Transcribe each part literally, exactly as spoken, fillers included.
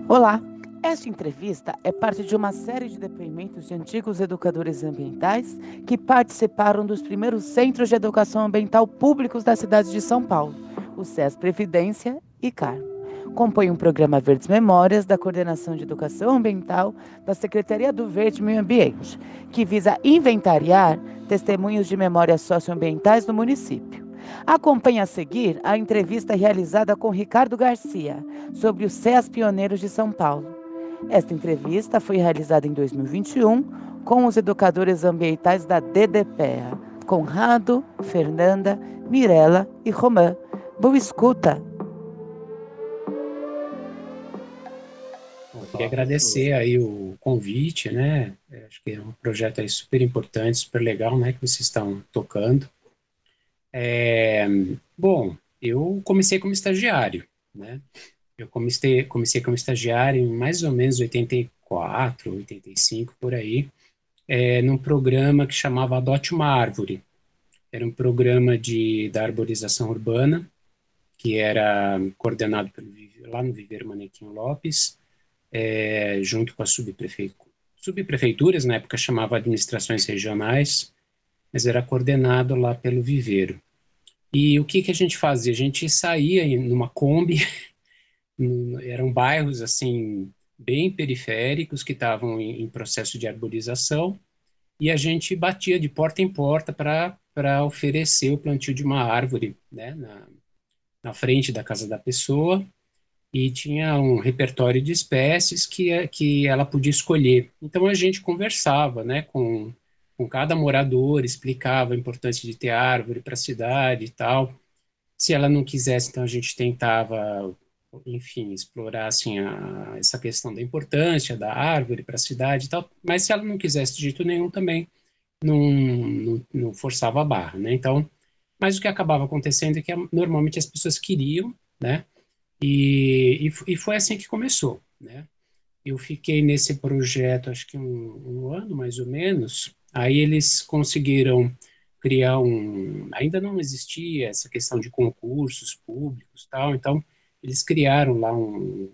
Olá! Esta entrevista é parte de uma série de depoimentos de antigos educadores ambientais que participaram dos primeiros centros de educação ambiental públicos da cidade de São Paulo, o SES Previdência e Carmo. Compõe um programa Verdes Memórias da Coordenação de Educação Ambiental da Secretaria do Verde e Meio Ambiente, que visa inventariar testemunhos de memórias socioambientais no município. Acompanhe a seguir a entrevista realizada com Ricardo Garcia sobre os SES Pioneiros de São Paulo. Esta entrevista foi realizada em dois mil e vinte e um com os educadores ambientais da DDPEA, Conrado, Fernanda, Mirella e Romã. Boa escuta! Bom, queria agradecer aí o convite, né? É, Acho que é um projeto aí super importante, super legal, né? Que vocês estão tocando. É, bom, eu comecei como estagiário, né? Eu comecei, comecei como estagiário em mais ou menos oitenta e quatro, oitenta e cinco, por aí, é, num programa que chamava Adote uma Árvore. Era um programa de, da arborização urbana, que era coordenado pelo, Vive- lá no Viveiro Manequim Lopes, é, junto com as subprefeituras, subprefeituras, na época chamava administrações regionais, mas era coordenado lá pelo Viveiro. E o que que a gente fazia? A gente saía em numa Kombi, num- eram bairros assim bem periféricos que estavam em, em processo de arborização, e a gente batia de porta em porta para para oferecer o plantio de uma árvore, né, na, na frente da casa da pessoa, e tinha um repertório de espécies que, é- que ela podia escolher. Então a gente conversava, né, com, com cada morador, explicava a importância de ter árvore para a cidade e tal. Se ela não quisesse, então a gente tentava, enfim, explorar assim, a, essa questão da importância da árvore para a cidade e tal. Mas se ela não quisesse de jeito nenhum, também não, não, não forçava a barra, né? Então, mas o que acabava acontecendo é que normalmente as pessoas queriam, né? E, e, e foi assim que começou, né? Eu fiquei nesse projeto, acho que um, um ano mais ou menos. Aí eles conseguiram criar um. Ainda não existia essa questão de concursos públicos, tal. Então eles criaram lá um,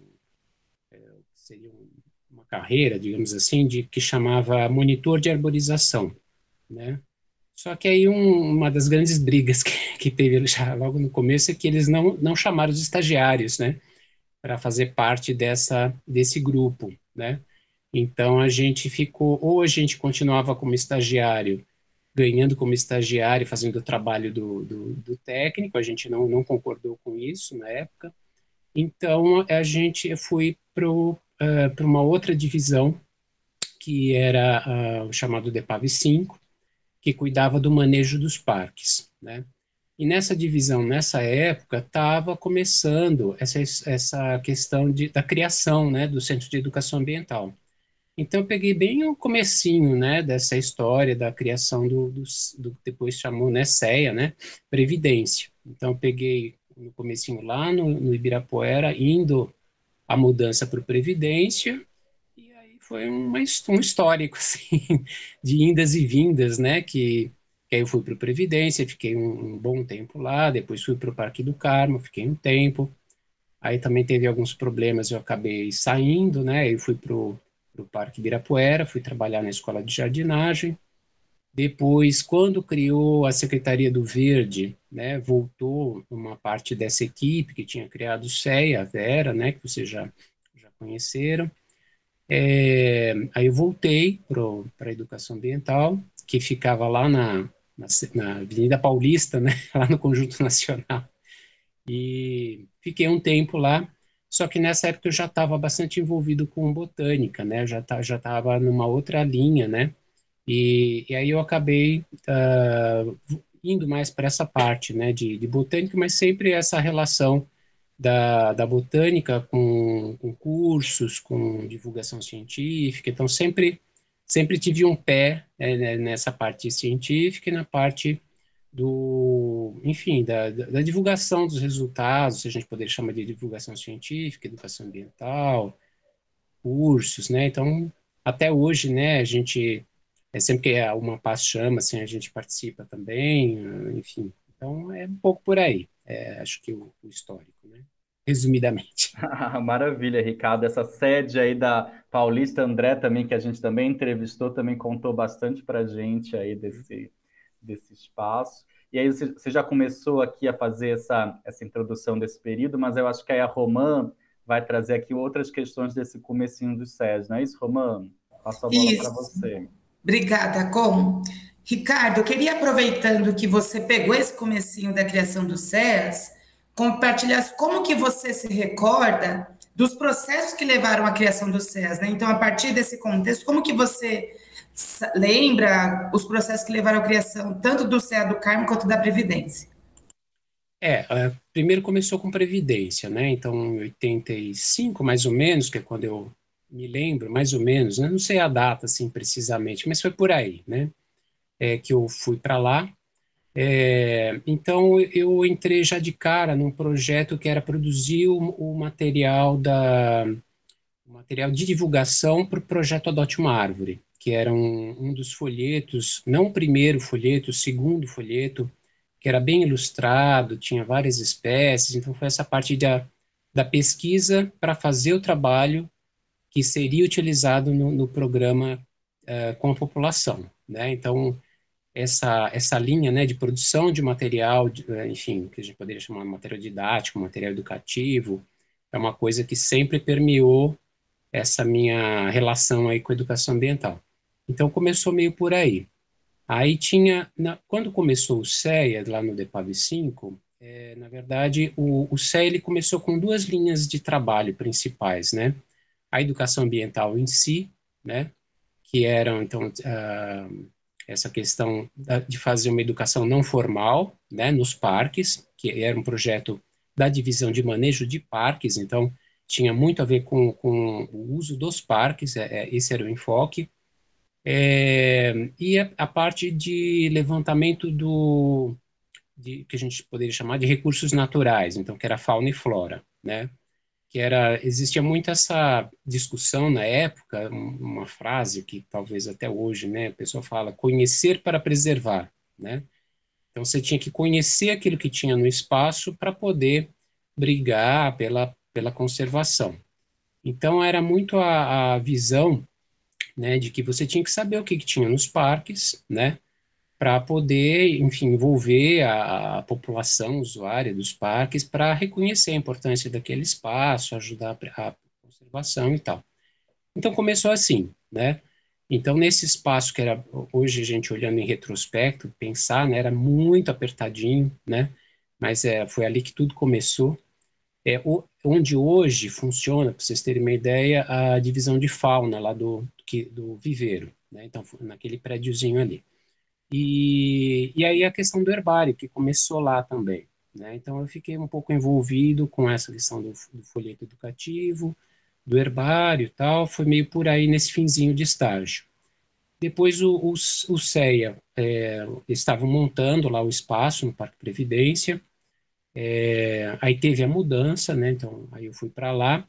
seria um- uma carreira, digamos assim, de que chamava monitor de arborização, né? Só que aí um- uma das grandes brigas que, que teve já logo no começo é que eles não, não chamaram os estagiários, né, para fazer parte dessa, desse grupo, né? Então a gente ficou, ou a gente continuava como estagiário, ganhando como estagiário, fazendo o trabalho do, do, do técnico, a gente não, não concordou com isso na época. Então a gente, eu fui para uma outra divisão, que era ah, o chamado DEPAV cinco, que cuidava do manejo dos parques, né? E nessa divisão, nessa época, estava começando essa, essa questão de, da criação, né, do Centro de Educação Ambiental. Então, eu peguei bem o comecinho, né, dessa história da criação do, do, do que depois chamou, né, CEA, né, Previdência. Então, eu peguei no comecinho lá no, no Ibirapuera, indo a mudança para o Previdência, e aí foi uma, um histórico, assim, de indas e vindas, né, que, que aí eu fui para o Previdência, fiquei um, um bom tempo lá, depois fui para o Parque do Carmo, fiquei um tempo, aí também teve alguns problemas, eu acabei saindo, né, eu fui para o Parque Ibirapuera, fui trabalhar na Escola de Jardinagem, depois, quando criou a Secretaria do Verde, né, voltou uma parte dessa equipe que tinha criado o CEA, a Vera, né, que vocês já, já conheceram. É, aí eu voltei para a educação ambiental, que ficava lá na, na, na Avenida Paulista, né, lá no Conjunto Nacional. E fiquei um tempo lá, só que nessa época eu já estava bastante envolvido com botânica, né, eu já tá, já estava numa outra linha, né, e, e aí eu acabei uh, indo mais para essa parte, né, de, de botânica, mas sempre essa relação da, da botânica com, com cursos, com divulgação científica. Então, sempre, sempre tive um pé, é, né, nessa parte científica e na parte do, enfim, da, da, da divulgação dos resultados, se a gente poderia chamar de divulgação científica, educação ambiental, cursos, né? Então, até hoje, né, a gente, é sempre que é uma paz chama, assim, a gente participa também, enfim. Então, é um pouco por aí, é, acho que o, o histórico, né? resumidamente. Maravilha, Ricardo. Essa sede aí da Paulista André também, que a gente também entrevistou, também contou bastante para a gente aí desse, desse espaço. E aí você, você já começou aqui a fazer essa, essa introdução desse período, mas eu acho que aí a Romã vai trazer aqui outras questões desse comecinho do SES, não é isso, Romã? Passo a bola para Isso. você. Obrigada, Com. Ricardo, eu queria, aproveitando que você pegou esse comecinho da criação do SES, compartilhar como que você se recorda dos processos que levaram à criação do SES, né? Então, a partir desse contexto, como que você lembra os processos que levaram à criação tanto do SEA do Carmo quanto da Previdência? É, uh, primeiro começou com Previdência, né? Então, em oitenta e cinco, mais ou menos, que é quando eu me lembro, mais ou menos, né? Não sei a data, assim, precisamente, mas foi por aí, né? É, que eu fui para lá. É, então, eu entrei já de cara num projeto que era produzir o, o material da, o material de divulgação para o projeto Adote uma Árvore, que era um, um dos folhetos, não o primeiro folheto, o segundo folheto, que era bem ilustrado, tinha várias espécies, então foi essa parte da, da pesquisa para fazer o trabalho que seria utilizado no, no programa uh, com a população, né? Então, essa, essa linha, né, de produção de material, de, enfim, que a gente poderia chamar de material didático, material educativo, é uma coisa que sempre permeou essa minha relação aí com a educação ambiental. Então, começou meio por aí. Aí tinha, na, quando começou o SEA, lá no DEPAV cinco, é, na verdade, o, o SEA ele começou com duas linhas de trabalho principais, né? A educação ambiental em si, né? Que eram, então, uh, essa questão de fazer uma educação não formal, né, nos parques, que era um projeto da divisão de manejo de parques, então tinha muito a ver com, com o uso dos parques, é, é, esse era o enfoque, é, e a, a parte de levantamento do, de, que a gente poderia chamar de recursos naturais, então que era fauna e flora, né, que era, existia muito essa discussão na época, uma frase que talvez até hoje, né, a pessoa fala, conhecer para preservar, né? Então você tinha que conhecer aquilo que tinha no espaço para poder brigar pela, pela conservação. Então era muito a, a visão, né, de que você tinha que saber o que, que tinha nos parques, né, para poder, enfim, envolver a, a população usuária dos parques para reconhecer a importância daquele espaço, ajudar a, a conservação e tal. Então começou assim, né? Então nesse espaço que era hoje a gente olhando em retrospecto, pensar, né, era muito apertadinho, né? Mas é, foi ali que tudo começou. É o, onde hoje funciona, para vocês terem uma ideia, a divisão de fauna lá do que, do viveiro, né? Então naquele prédiozinho ali. E, e aí a questão do herbário, que começou lá também, né? Então eu fiquei um pouco envolvido com essa questão do, do folheto educativo, do herbário e tal, foi meio por aí nesse finzinho de estágio. Depois o, o, o SEA é, estavam montando lá o espaço no Parque Previdência, é, aí teve a mudança, né? Então aí eu fui para lá,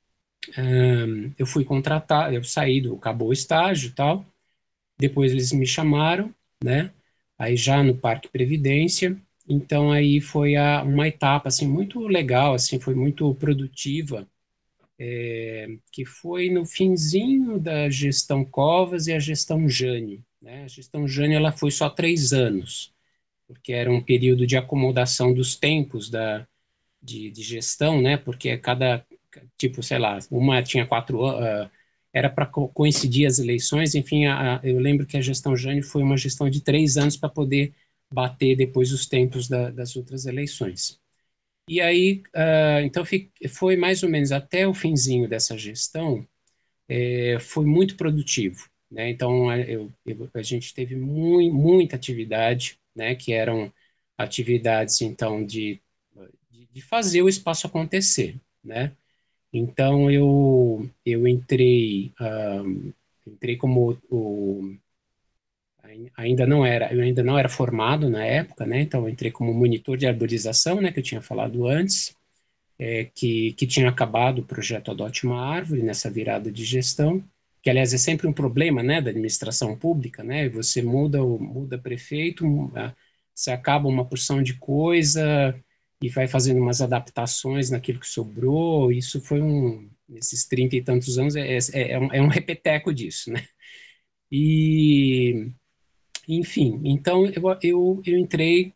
hum, eu fui contratado, eu saí do, acabou o estágio e tal, depois eles me chamaram, né? Aí já no Parque Previdência, então aí foi a, uma etapa assim muito legal, assim foi muito produtiva, é, que foi no finzinho da gestão Covas e a gestão Jane, né? A gestão Jane ela foi só três anos, porque era um período de acomodação dos tempos da de, de gestão, né? Porque cada tipo, sei lá, uma tinha quatro anos, uh, era para co coincidir as eleições, enfim, a, a, eu lembro que a gestão Jane foi uma gestão de três anos para poder bater depois os tempos da, das outras eleições. E aí, uh, então foi mais ou menos até o finzinho dessa gestão, é, foi muito produtivo, né? Então eu, eu, a gente teve muito, muita atividade, né? Que eram atividades então de, de, de fazer o espaço acontecer, né? Então eu eu entrei um, entrei como o, ainda não era eu ainda não era formado na época, né? Então eu entrei como monitor de arborização, né? Que eu tinha falado antes, é, que que tinha acabado o projeto Adote uma Árvore nessa virada de gestão, que aliás é sempre um problema, né? Da administração pública, né? Você muda o muda prefeito, você acaba uma porção de coisa e vai fazendo umas adaptações naquilo que sobrou. Isso foi um, nesses trinta e tantos anos, é, é, é, um, é um repeteco disso, né? E, enfim, então eu, eu, eu entrei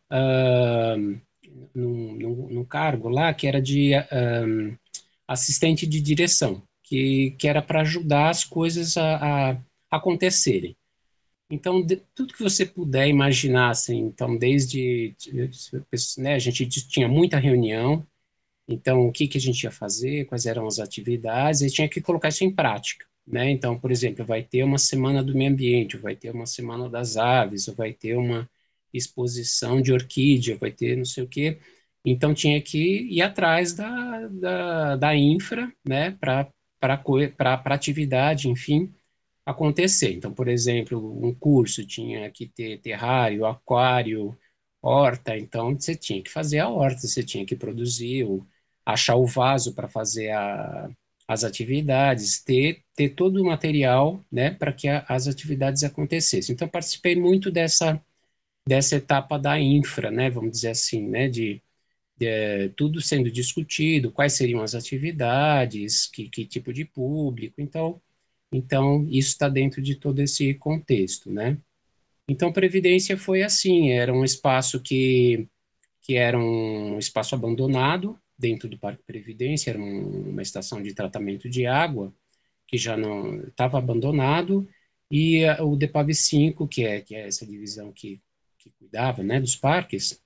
uh, num, num, num cargo lá que era de uh, assistente de direção, que, que era para ajudar as coisas a, a acontecerem. Então, de, tudo que você puder imaginar, assim, então, desde, né, a gente tinha muita reunião, então, o que, que a gente ia fazer, quais eram as atividades, e tinha que colocar isso em prática, né? Então, por exemplo, vai ter uma semana do meio ambiente, vai ter uma semana das aves, ou vai ter uma exposição de orquídea, vai ter não sei o quê. Então, tinha que ir atrás da, da, da infra, né, para para atividade, enfim, acontecer. Então, por exemplo, um curso tinha que ter terrário, aquário, horta, então você tinha que fazer a horta, você tinha que produzir, o, achar o vaso para fazer a, as atividades, ter, ter todo o material, né, para que a, as atividades acontecessem. Então, participei muito dessa, dessa etapa da infra, né, vamos dizer assim, né, de, de tudo sendo discutido, quais seriam as atividades, que, que tipo de público, então então, isso está dentro de todo esse contexto, né? Então, Previdência foi assim, era um espaço que, que era um espaço abandonado dentro do Parque Previdência, era um, uma estação de tratamento de água que já não estava abandonado, e uh, o DEPAV cinco, que é, que é essa divisão que, que cuidava, né, dos parques,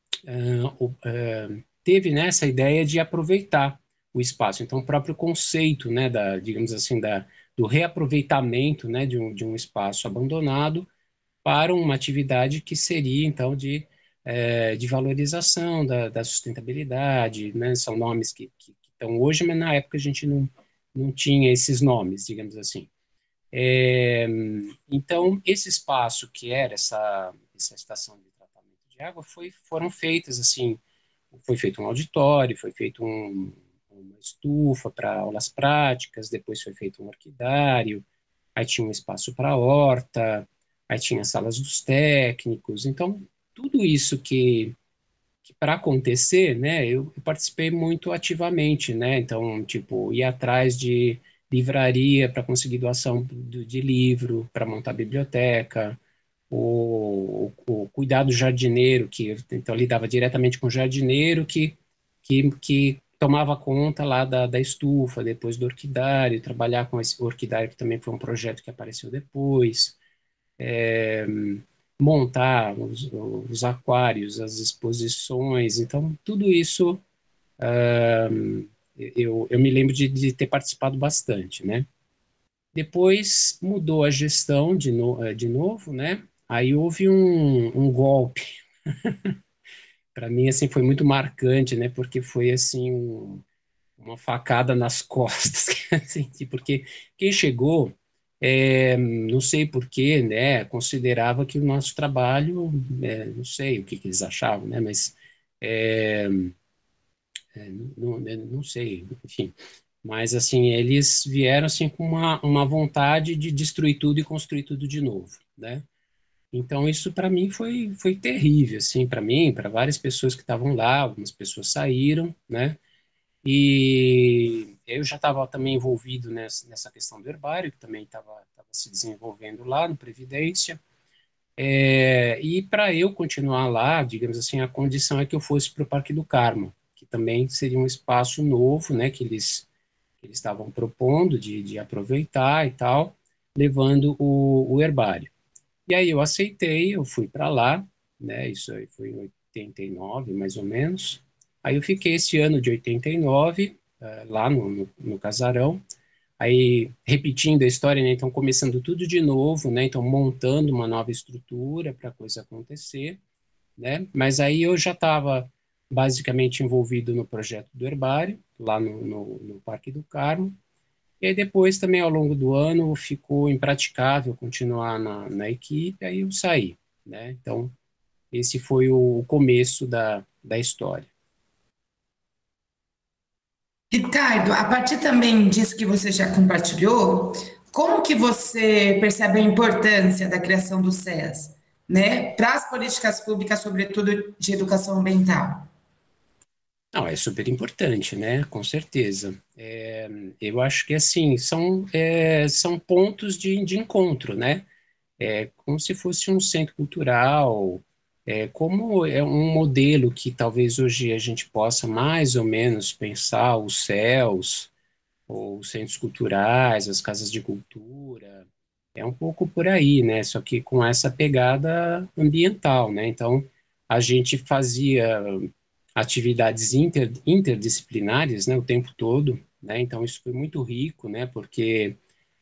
uh, uh, teve, né, essa ideia de aproveitar o espaço. Então, o próprio conceito, né, da, digamos assim, da, do reaproveitamento, né, de um, de um espaço abandonado para uma atividade que seria, então, de, é, de valorização da, da sustentabilidade, né, são nomes que, que, que estão hoje, mas na época a gente não, não tinha esses nomes, digamos assim. É, então, esse espaço que era essa, essa estação de tratamento de água, foi, foram feitas, assim, foi feito um auditório, foi feito um, uma estufa para aulas práticas, depois foi feito um orquidário, aí tinha um espaço para horta, aí tinha salas dos técnicos, então tudo isso que, que para acontecer, né, eu, eu participei muito ativamente, né, então, tipo, ir atrás de livraria para conseguir doação de, de livro, para montar biblioteca, o, o, o cuidar do jardineiro, que então lidava diretamente com o jardineiro, que, que, que tomava conta lá da, da estufa, depois do orquidário, trabalhar com esse orquidário, que também foi um projeto que apareceu depois, é, montar os, os aquários, as exposições, então tudo isso um, eu, eu me lembro de, de ter participado bastante, né? Depois mudou a gestão de, no, de novo, né? Aí houve um, um golpe. Para mim, assim, foi muito marcante, né? Porque foi, assim, um, uma facada nas costas, assim, porque quem chegou, é, não sei porquê, né? Considerava que o nosso trabalho, é, não sei o que, que eles achavam, né? Mas, é, é, não, não sei, enfim. Mas, assim, eles vieram, assim, com uma, uma vontade de destruir tudo e construir tudo de novo, né? Então, isso para mim foi, foi terrível, assim, para mim, para várias pessoas que estavam lá, algumas pessoas saíram, né? E eu já estava também envolvido nessa, nessa questão do herbário, que também estava se desenvolvendo lá no Previdência. É, e para eu continuar lá, digamos assim, a condição é que eu fosse para o Parque do Carmo, que também seria um espaço novo, né, que eles que eles estavam propondo de, de aproveitar e tal, levando o, o herbário. E aí eu aceitei, eu fui para lá, né, isso aí foi em oitenta e nove, mais ou menos. Aí eu fiquei esse ano de oitenta e nove, uh, lá no, no, no casarão, aí repetindo a história, né, então começando tudo de novo, né, então montando uma nova estrutura para a coisa acontecer, né, mas aí eu já estava basicamente envolvido no projeto do herbário, lá no, no, no Parque do Carmo, e aí depois também ao longo do ano ficou impraticável continuar na, na equipe, aí eu saí, né, então esse foi o começo da, da história. Ricardo, a partir também disso que você já compartilhou, como que você percebe a importância da criação do C E S, né, para as políticas públicas, sobretudo de educação ambiental? Não, é super importante, né? Com certeza. É, eu acho que, assim, são, é, são pontos de, de encontro, né? É como se fosse um centro cultural, é como é um modelo que talvez hoje a gente possa mais ou menos pensar os céus, ou os centros culturais, as casas de cultura, é um pouco por aí, né? Só que com essa pegada ambiental, né? Então, a gente fazia atividades inter, interdisciplinares, né, o tempo todo, né? Então, isso foi muito rico, né? Porque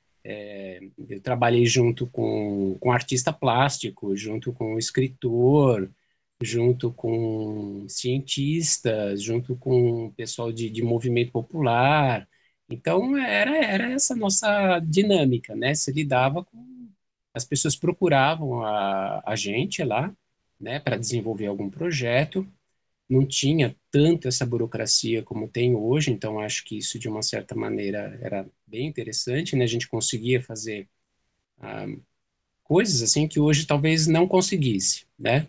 eu trabalhei junto com, com artista plástico, junto com escritor, junto com cientistas, junto com pessoal de, de movimento popular. Então, era, era essa nossa dinâmica, né? Se lidava com... As pessoas procuravam a, a gente lá, né, para desenvolver algum projeto. Não tinha tanto essa burocracia como tem hoje, então acho que isso, de uma certa maneira, era bem interessante, né? A gente conseguia fazer ah, coisas assim que hoje talvez não conseguisse, né?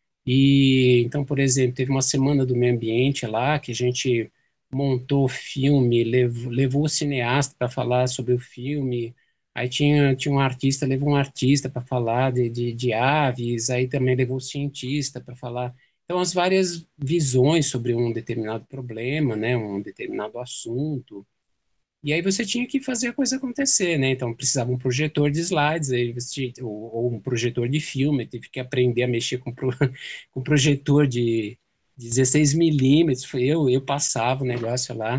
E então, por exemplo, teve uma semana do meio ambiente lá que a gente montou filme, levou, levou o cineasta para falar sobre o filme. Aí tinha, tinha um artista, levou um artista para falar de, de, de aves, aí também levou o cientista para falar. Então, as várias visões sobre um determinado problema, né, um determinado assunto. E aí você tinha que fazer a coisa acontecer, né? Então precisava um projetor de slides, aí você tinha, ou, ou um projetor de filme, teve que aprender a mexer com, pro, com projetor de dezesseis milímetros. Foi eu, eu passava o negócio lá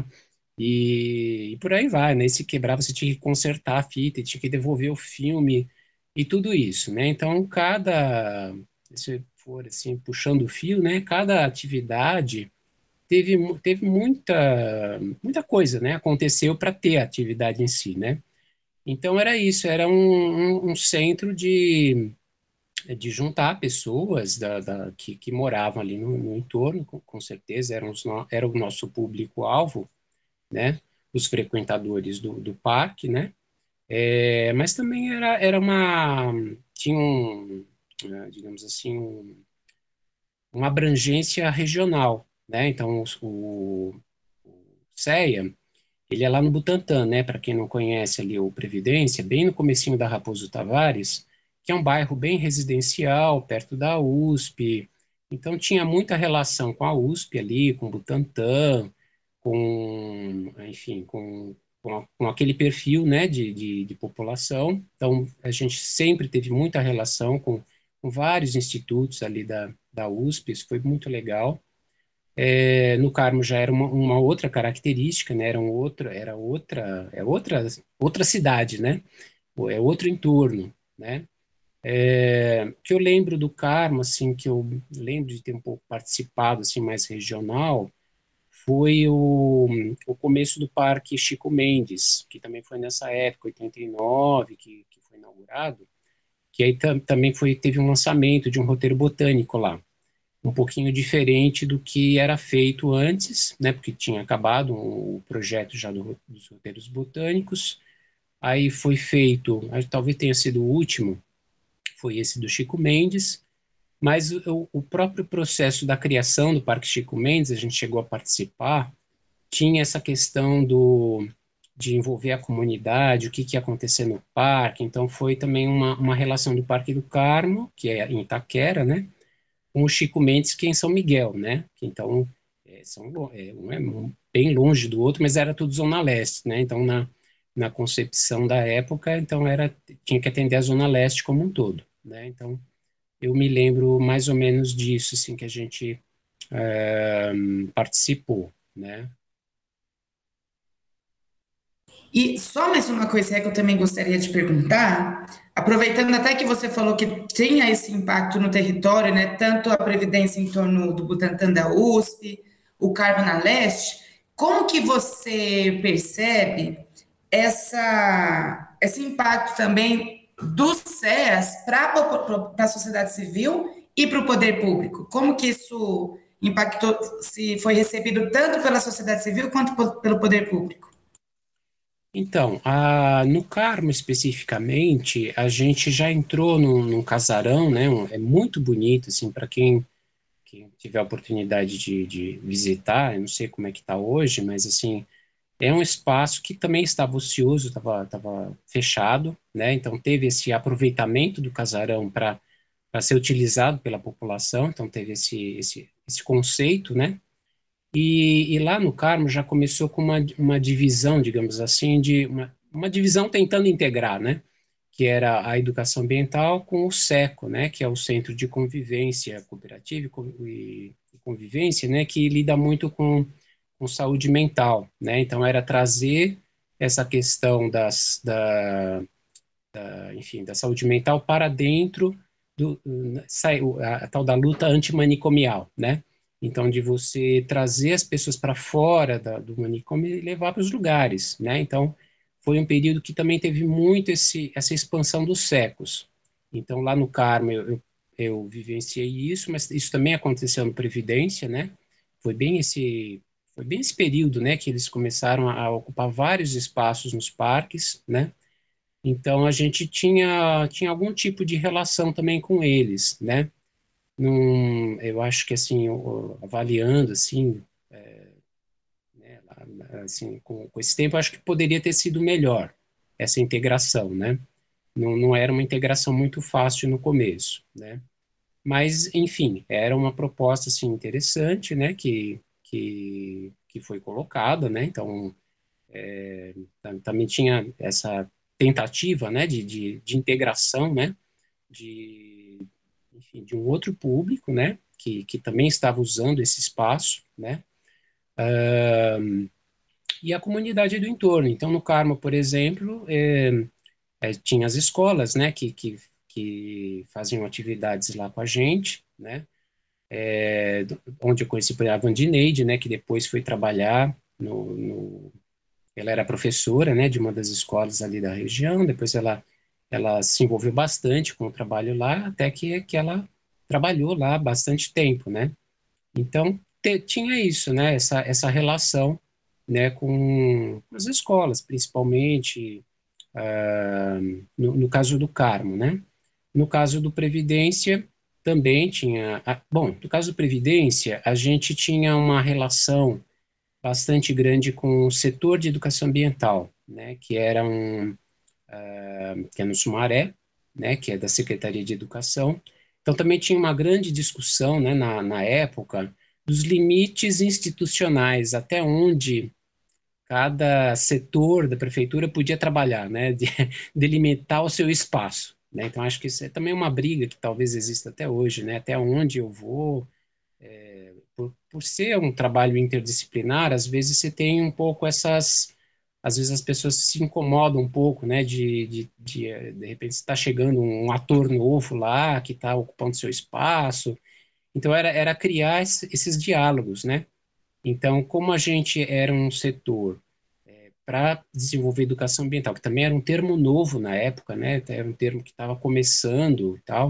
e, e por aí vai, né? E se quebrava, você tinha que consertar a fita, tinha que devolver o filme e tudo isso, né? Então cada, se for assim, puxando o fio, né? Cada atividade teve, mu- teve muita, muita coisa, né? Aconteceu para ter a atividade em si, né? Então era isso, era um, um, um centro de, de juntar pessoas da, da- que, que moravam ali no, no entorno, com, com certeza, eram os no- era o nosso público-alvo, né? Os frequentadores do, do parque, né? É, mas também era, era uma, tinha um, eh, digamos assim, um- uma abrangência regional, né? Então, os- o, o CEA, ele é lá no Butantã, né? Para quem não conhece ali o Previdência, bem no comecinho da Raposo Tavares, que é um bairro bem residencial, perto da U S P. Então tinha muita relação com a U S P ali, com o Butantã, com, enfim, com, com, a- com aquele perfil, né, de, de, de população. Então a gente sempre teve muita relação com, com vários institutos ali da, da U S P, isso foi muito legal. É, no Carmo já era uma, uma outra característica, né? Era um outro, era outra, é outra, outra cidade, né? É outro entorno, né? É, que eu lembro do Carmo, assim, que eu lembro de ter um pouco participado, assim, mais regional, foi o, o começo do Parque Chico Mendes, que também foi nessa época, oitenta e nove, que, que foi inaugurado, que aí tam, também foi, teve um lançamento de um roteiro botânico lá, um pouquinho diferente do que era feito antes, né, porque tinha acabado o projeto já do, dos roteiros botânicos, aí foi feito, talvez tenha sido o último, foi esse do Chico Mendes, mas o, o próprio processo da criação do Parque Chico Mendes, a gente chegou a participar, tinha essa questão do, de envolver a comunidade, o que, que ia acontecer no parque, então foi também uma, uma relação do Parque do Carmo, que é em Itaquera, né, com o Chico Mendes, que é em São Miguel, né? Que então é, são, é, um é bem longe do outro, mas era tudo Zona Leste, né? Então, na, na concepção da época, então era tinha que atender a Zona Leste como um todo, né? Então, eu me lembro mais ou menos disso, assim, que a gente é, participou, né? E só mais uma coisa que eu também gostaria de perguntar, aproveitando até que você falou que tinha esse impacto no território, né, tanto a Previdência em torno do Butantã da U S P, o Carmo na Leste, como que você percebe essa, esse impacto também dos C E As para a sociedade civil e para o poder público? Como que isso impactou, se foi recebido tanto pela sociedade civil quanto pelo poder público? Então, a, no Carmo especificamente, a gente já entrou num, num casarão, né? Um, é muito bonito, assim, para quem quem tiver a oportunidade de, de visitar, eu não sei como é que está hoje, mas assim, é um espaço que também estava ocioso, estava estava fechado, né? Então teve esse aproveitamento do casarão para para ser utilizado pela população, então teve esse esse esse conceito, né? E, e lá no Carmo já começou com uma, uma divisão, digamos assim, de uma, uma divisão tentando integrar, né? Que era a educação ambiental com o SECO, né? Que é o Centro de Convivência Cooperativa e, Con- e Convivência, né? Que lida muito com, com saúde mental, né? Então era trazer essa questão das, da, enfim, da saúde mental para dentro do, sai, a, a tal da luta antimanicomial, né? Então, de você trazer as pessoas para fora da, do manicômio e levar para os lugares, né? Então, foi um período que também teve muito esse, essa expansão dos séculos. Então, lá no Carmo, eu, eu, eu vivenciei isso, mas isso também aconteceu no Previdência, né? Foi bem esse, foi bem esse período, né, que eles começaram a ocupar vários espaços nos parques, né? Então a gente tinha, tinha algum tipo de relação também com eles, né? Num, eu acho que assim, o- avaliando assim, né, lá, assim com, com esse tempo, eu acho que poderia ter sido melhor essa integração, né? Não, não era uma integração muito fácil no começo, né? Mas, enfim, era uma proposta assim interessante, né? Que, que, que foi colocada, né? Então, tam- também tinha essa tentativa, né, de, de, de integração, né, de, enfim, de um outro público, né, que, que também estava usando esse espaço, né, e a comunidade do entorno. Então, no Carmo, por exemplo, é, é, tinha as escolas, né, que, que, que faziam atividades lá com a gente, né, é, do- onde eu conheci por exemplo, a Vandineide, né, que depois foi trabalhar no, no ela era professora, né, de uma das escolas ali da região, depois ela, ela se envolveu bastante com o trabalho lá, até que, que ela trabalhou lá bastante tempo, né? Então, te- tinha isso, né, essa, essa relação, né, com as escolas, principalmente, ah, no, no caso do Carmo, né? No caso do Previdência, também tinha... ah, bom, no caso do Previdência, a gente tinha uma relação bastante grande com o setor de educação ambiental, né, que era um, que é no Sumaré, né, que é da Secretaria de Educação. Então também tinha uma grande discussão, né, na, na época, dos limites institucionais, até onde cada setor da prefeitura podia trabalhar, né, de delimitar o seu espaço, né. Então acho que isso é também uma briga que talvez exista até hoje, né, até onde eu vou, por, por ser um trabalho interdisciplinar, às vezes você tem um pouco essas, às vezes as pessoas se incomodam um pouco, né, de, de, de, eh, de repente está chegando um ator novo lá, que está ocupando seu espaço, então era, era criar esse- esses diálogos, né, então como a gente era um setor para desenvolver educação ambiental, que também era um termo novo na época, né, era um termo que estava começando e tal,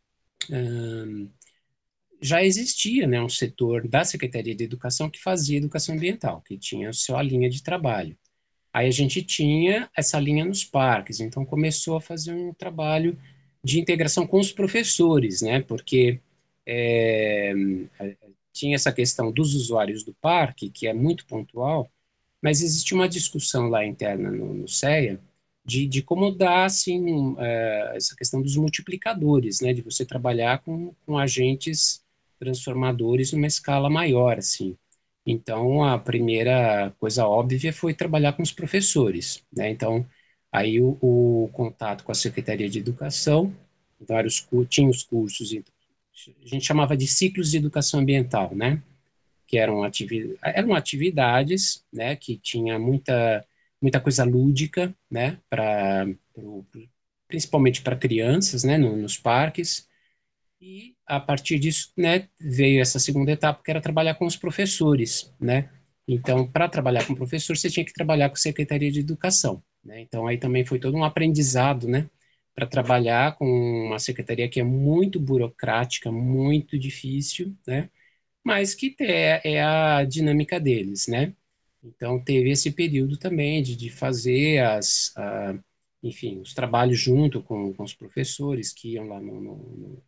já existia, né, um setor da Secretaria de Educação que fazia educação ambiental, que tinha a sua linha de trabalho. Aí a gente tinha essa linha nos parques, então começou a fazer um trabalho de integração com os professores, né, porque é, tinha essa questão dos usuários do parque, que é muito pontual, mas existe uma discussão lá interna no, no SEA de, de como dar, assim, é, essa questão dos multiplicadores, né, de você trabalhar com, com agentes transformadores numa escala maior, assim. Então, a primeira coisa óbvia foi trabalhar com os professores, né, então, aí o, o contato com a Secretaria de Educação, vários, cu- tinha os cursos, então, a gente chamava de ciclos de educação ambiental, né, que eram, ativi eram atividades, né, que tinha muita, muita coisa lúdica, né, para principalmente para crianças, né, no, nos parques, e a partir disso, né, veio essa segunda etapa, que era trabalhar com os professores, né, então, para trabalhar com professor, você tinha que trabalhar com a Secretaria de Educação, né, então aí também foi todo um aprendizado, né, para trabalhar com uma secretaria que é muito burocrática, muito difícil, né, mas que é, é a dinâmica deles, né? Então, teve esse período também de, de fazer as, a, enfim, os trabalhos junto com, com os professores que iam lá no, no,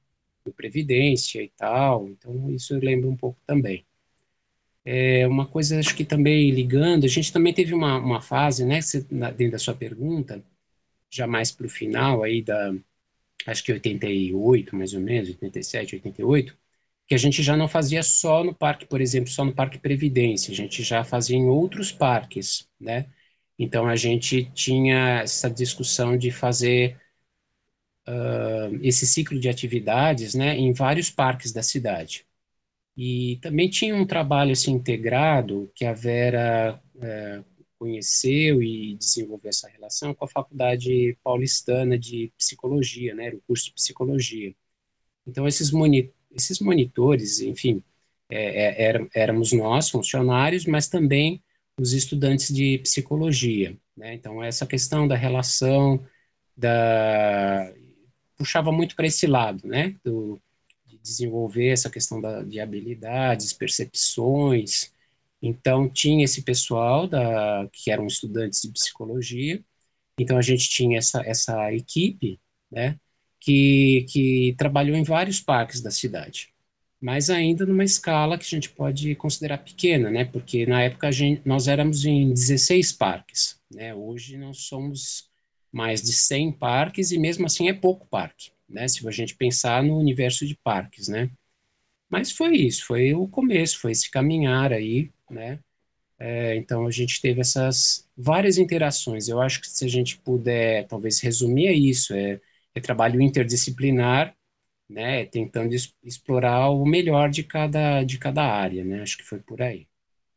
do Previdência e tal, então isso eu lembro um pouco também. É uma coisa, acho que também ligando, a gente também teve uma, uma fase, né, dentro da sua pergunta, já mais para o final aí da, acho que oitenta e oito, mais ou menos, oitenta e sete, oitenta e oito, que a gente já não fazia só no parque, por exemplo, só no Parque Previdência, a gente já fazia em outros parques, né? Então a gente tinha essa discussão de fazer uh, esse ciclo de atividades, né, em vários parques da cidade. E também tinha um trabalho assim, integrado que a Vera é, conheceu e desenvolveu essa relação com a Faculdade Paulistana de Psicologia, né, o curso de Psicologia. Então, esses, moni esses monitores, enfim, é, é, era, éramos nós, funcionários, mas também os estudantes de Psicologia, né? Então, essa questão da relação, da... puxava muito para esse lado, né, do de desenvolver essa questão da, de habilidades, percepções. Então, tinha esse pessoal da, que eram estudantes de psicologia. Então, a gente tinha essa, essa equipe, né, que, que trabalhou em vários parques da cidade, mas ainda numa escala que a gente pode considerar pequena, né, porque na época a gente, nós éramos em dezesseis parques, né, hoje nós somos mais de cem parques e mesmo assim é pouco parque, né, se a gente pensar no universo de parques, né. Mas foi isso, foi o começo, foi esse caminhar aí, né. É, então a gente teve essas várias interações. Eu acho que se a gente puder, talvez resumir é isso, é, é trabalho interdisciplinar, né, tentando es- explorar o melhor de cada de cada área, né. Acho que foi por aí.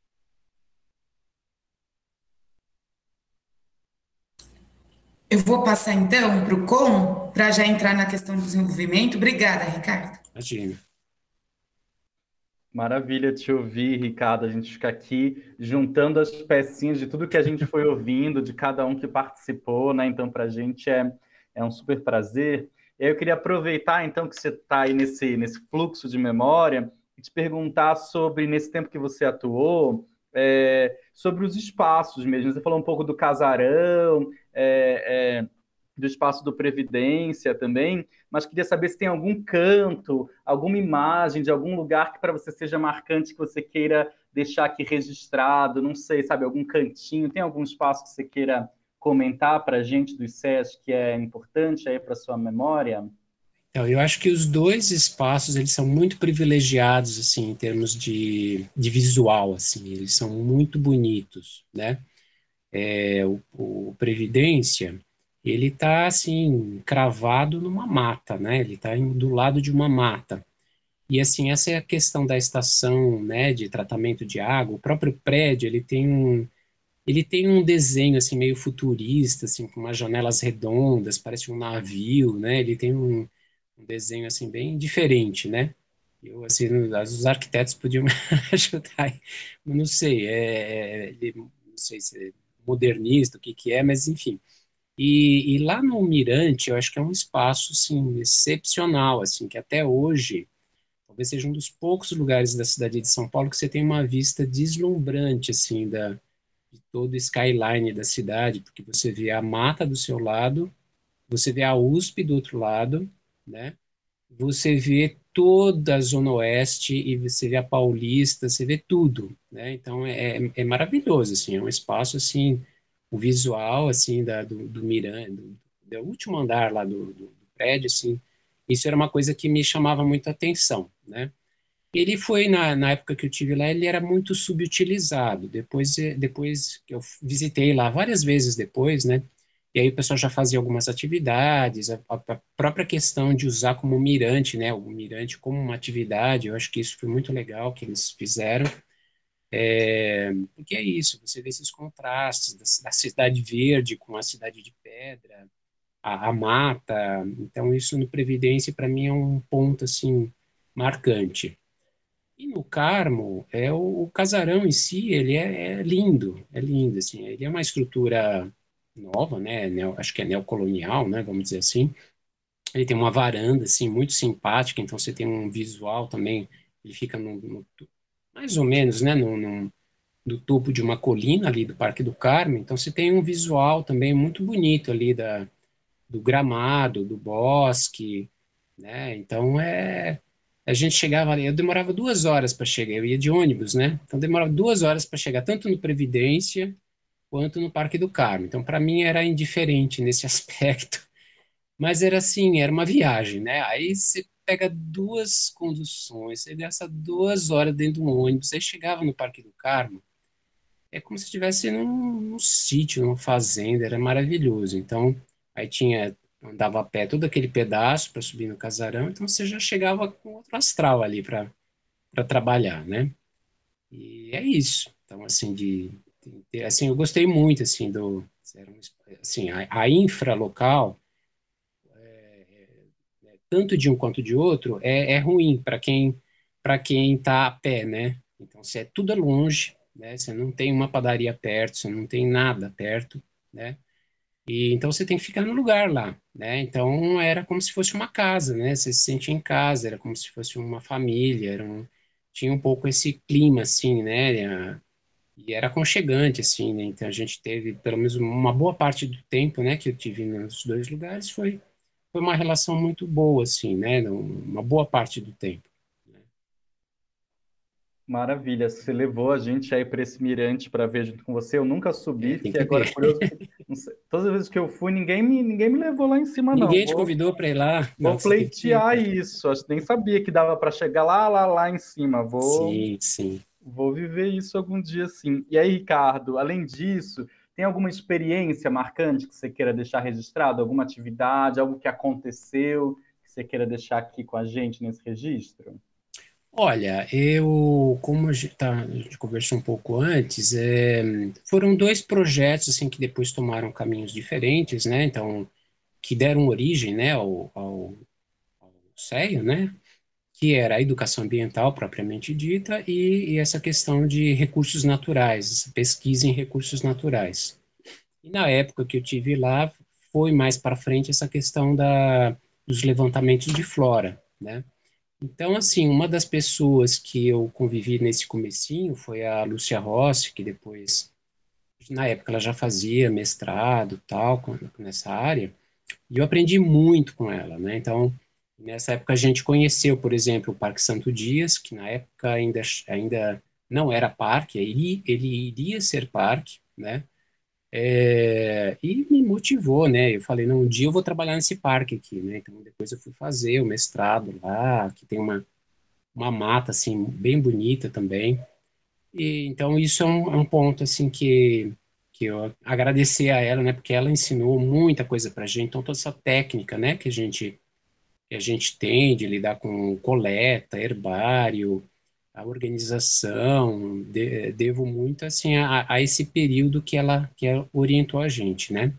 Eu vou passar então para o Com, para já entrar na questão do desenvolvimento. Obrigada, Ricardo. Imagina. Maravilha te ouvir, Ricardo. A gente fica aqui juntando as pecinhas de tudo que a gente foi ouvindo, de cada um que participou, né? Então, para a gente é, é um super prazer. E aí eu queria aproveitar, então, que você está aí nesse, nesse fluxo de memória e te perguntar sobre, nesse tempo que você atuou, é, sobre os espaços mesmo. Você falou um pouco do casarão, é, é, do espaço do Previdência também, mas queria saber se tem algum canto, alguma imagem de algum lugar que para você seja marcante, que você queira deixar aqui registrado, não sei, sabe, algum cantinho, tem algum espaço que você queira comentar para a gente do SESC que é importante aí para sua memória? Então, eu acho que os dois espaços, eles são muito privilegiados, assim, em termos de, de visual, assim, eles são muito bonitos, né? É, o, o Previdência, ele está, assim, cravado numa mata, né? Ele está do lado de uma mata. E, assim, essa é a questão da estação, né, de tratamento de água. O próprio prédio, ele tem um, ele tem um desenho, assim, meio futurista, assim, com umas janelas redondas, parece um navio, né? Ele tem um, um desenho, assim, bem diferente, né? Eu, assim, os arquitetos podiam me ajudar, aí. Eu não sei, é, é, ele- não sei se é modernista, o que que é, mas enfim. E, e lá no Mirante, eu acho que é um espaço, assim, excepcional, assim, que até hoje talvez seja um dos poucos lugares da cidade de São Paulo que você tem uma vista deslumbrante, assim, da, de todo o skyline da cidade, porque você vê a mata do seu lado, você vê a U S P do outro lado, né? Você vê toda a Zona Oeste e você vê a Paulista, você vê tudo, né? Então é, é é maravilhoso, assim, é um espaço, assim, o visual, assim, da, do, do Miranda, do, do último andar lá do, do, do prédio, assim, isso era uma coisa que me chamava muita atenção, né? Ele foi, na, na época que eu tive lá, ele era muito subutilizado. Depois, eh, depois que eu visitei lá várias vezes depois, né? E aí o pessoal já fazia algumas atividades, a, a própria questão de usar como mirante, né? O mirante como uma atividade, eu acho que isso foi muito legal que eles fizeram. É, porque é isso, você vê esses contrastes da, da cidade verde com a cidade de pedra, a, a mata. Então isso no Previdência, para mim, é um ponto, assim, marcante. E no Carmo, é o, o casarão em si, ele é, é lindo, é lindo, assim, ele é uma estrutura nova, né, neo, acho que é neocolonial, né, vamos dizer assim. Ele tem uma varanda, assim, muito simpática, então você tem um visual também, ele fica no, no mais ou menos, né, no, no, do topo de uma colina ali do Parque do Carmo, então você tem um visual também muito bonito ali da, do gramado, do bosque, né? Então, é, a gente chegava ali, eu demorava duas horas para chegar, eu ia de ônibus, né? Então, demorava duas horas para chegar, tanto no Previdência quanto no Parque do Carmo. Então, para mim, era indiferente nesse aspecto. Mas era assim, era uma viagem, né? Aí você pega duas conduções, você gasta duas horas dentro de um ônibus, aí chegava no Parque do Carmo, é como se estivesse num, num sítio, numa fazenda, era maravilhoso. Então, aí tinha, andava a pé todo aquele pedaço para subir no casarão, então você já chegava com outro astral ali para para trabalhar, né? E é isso. Então, assim, de, de- assim, eu gostei muito, assim, do, era um- assim, a, a infra local, tanto de um quanto de outro, é, é ruim para quem para quem está a pé, né? Então, se é tudo é longe, né? Você não tem uma padaria perto, você não tem nada perto, né? E então você tem que ficar no lugar lá, né? Então era como se fosse uma casa, né? Você se sentia em casa, era como se fosse uma família, era um, tinha um pouco esse clima assim, né? E era aconchegante assim, né? Então a gente teve pelo menos uma boa parte do tempo, né, que eu tive nos dois lugares foi foi uma relação muito boa, assim, né? Uma boa parte do tempo. Né? Maravilha, você levou a gente aí para esse mirante para ver junto com você. Eu nunca É, subi, tem fiquei que agora ver. curioso. Porque, não sei, todas as vezes que eu fui, ninguém me, ninguém me levou lá em cima, não. Ninguém te Vou, convidou para ir lá? Não, vou você tem que ir, pleitear cara. isso. Acho que nem sabia que dava para chegar lá, lá, lá em cima. Vou, Sim, sim. vou viver isso algum dia, sim. E aí, Ricardo, além disso, tem alguma experiência marcante que você queira deixar registrado? Alguma atividade, algo que aconteceu que você queira deixar aqui com a gente nesse registro? Olha, eu, como a gente, tá, a gente conversou um pouco antes, é, foram dois projetos assim que depois tomaram caminhos diferentes, né? Então, que deram origem, né, ao, ao, ao CEA, né? Que era a educação ambiental propriamente dita e, e essa questão de recursos naturais, essa pesquisa em recursos naturais. E na época que eu tive lá, foi mais para frente essa questão da, dos levantamentos de flora, né? Então, assim, uma das pessoas que eu convivi nesse comecinho foi a Lúcia Rossi, que depois, na época, ela já fazia mestrado, tal, com- nessa área, e eu aprendi muito com ela, né? Então, nessa época a gente conheceu, por exemplo, o Parque Santo Dias, que na época ainda, ainda não era parque, ele, ele iria ser parque, né? É, e me motivou, né? Eu falei, não, um dia eu vou trabalhar nesse parque aqui, né? Então depois eu fui fazer o mestrado lá, que tem uma, uma mata assim bem bonita também. E então isso é um, é um ponto assim que que eu agradecer a ela, né? Porque ela ensinou muita coisa para gente. Então toda essa técnica, né? Que a gente que a gente tem de lidar com coleta, herbário, a organização, de, devo muito assim a, a esse período que ela que ela orientou a gente, né?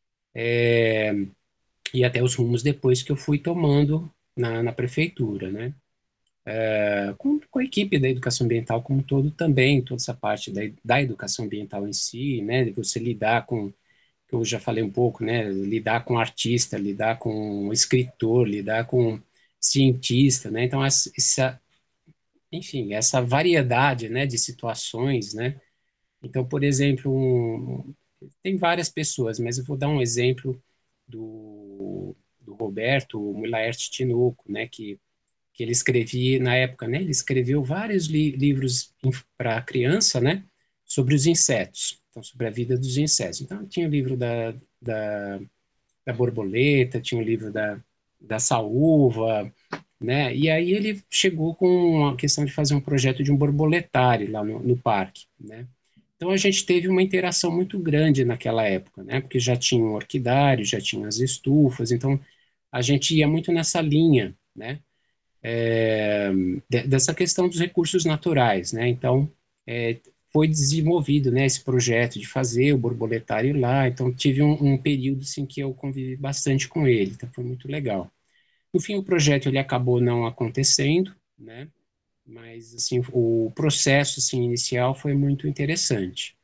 E até os rumos depois que eu fui tomando na, na prefeitura, né? É, com, com a equipe da educação ambiental como um todo também, toda essa parte da, da educação ambiental em si, né? De você lidar com, que eu já falei um pouco, né? Lidar com artista, lidar com escritor, lidar com cientista, né? Então essa, essa enfim, essa variedade, né, de situações, né? Então, por exemplo, um, tem várias pessoas, mas eu vou dar um exemplo do, do Roberto Mulaert Tinoco, né, que, que ele escrevia na época, né, ele escreveu vários li livros para criança, né, sobre os insetos, então sobre a vida dos insetos. Então, tinha o livro da, da, da borboleta, tinha o livro da, da saúva, né, e aí ele chegou com a questão de fazer um projeto de um borboletário lá no, no parque, né. Então a gente teve uma interação muito grande naquela época, né? Porque já tinha um orquidário, já tinha as estufas, então a gente ia muito nessa linha, né? É, de, dessa questão dos recursos naturais, né? Então é, foi desenvolvido, né? Esse projeto de fazer o borboletário lá, então tive um, um período assim que eu convivi bastante com ele, então foi muito legal. No fim o projeto ele acabou não acontecendo, né? Mas assim o processo assim inicial foi muito interessante.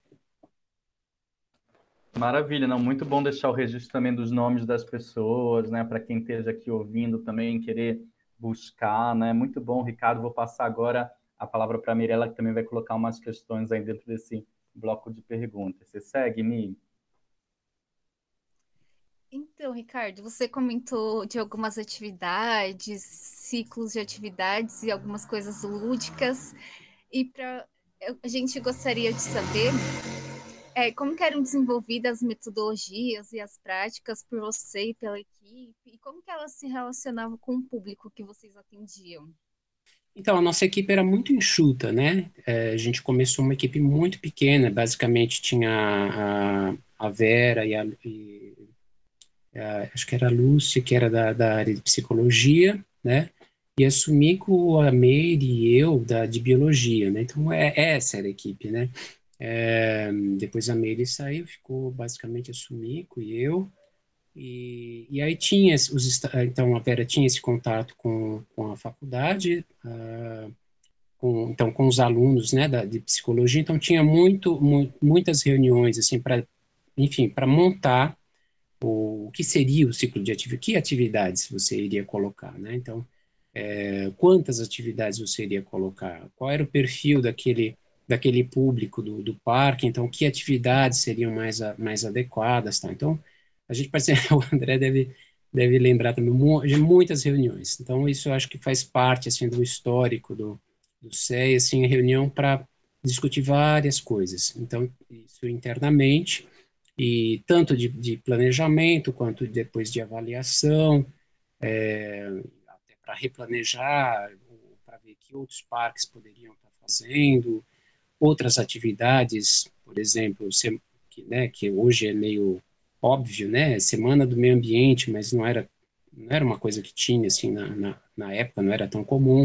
Maravilha, não, muito bom deixar o registro também dos nomes das pessoas, né, para quem esteja aqui ouvindo também querer buscar, né? Muito bom, Ricardo. Vou passar agora a palavra para a Mirella, que também vai colocar umas questões aí dentro desse bloco de perguntas. Você segue, Mi? Então, Então, Ricardo, você comentou de algumas atividades, ciclos de atividades e algumas coisas lúdicas. E pra, a gente gostaria de saber é, como que eram desenvolvidas as metodologias e as práticas por você e pela equipe, e como que elas se relacionavam com o público que vocês atendiam? Então, a nossa equipe era muito enxuta, né? É, a gente começou uma equipe muito pequena, basicamente tinha a, a Vera e a, e a, acho que era a Lúcia, que era da, da área de psicologia, né? E a Sumiko, a Meire e eu, da, de biologia, né? Então, é, essa era a equipe, né? É, depois a Meire saiu, ficou basicamente a Sumiko e eu, e, e aí tinha os, então a Vera tinha esse contato com, com a faculdade, uh, com, então com os alunos, né, da, de psicologia, então tinha muito, mu muitas reuniões, assim, para, enfim, para montar o, o que seria o ciclo de atividade, que atividades você iria colocar, né, então, é, quantas atividades você iria colocar, qual era o perfil daquele, daquele público do, do parque, então, que atividades seriam mais, a, mais adequadas, tá, então, a gente parece, o André deve, deve lembrar também de muitas reuniões. Então, isso eu acho que faz parte, assim, do histórico do, do C E A, assim, reunião para discutir várias coisas. Então, isso internamente, e tanto de, de planejamento, quanto depois de avaliação, é, até para replanejar, para ver que outros parques poderiam estar fazendo, outras atividades, por exemplo, se, que, né, que hoje é meio óbvio, né, Semana do Meio Ambiente, mas não era, não era uma coisa que tinha, assim, na, na, na época, não era tão comum.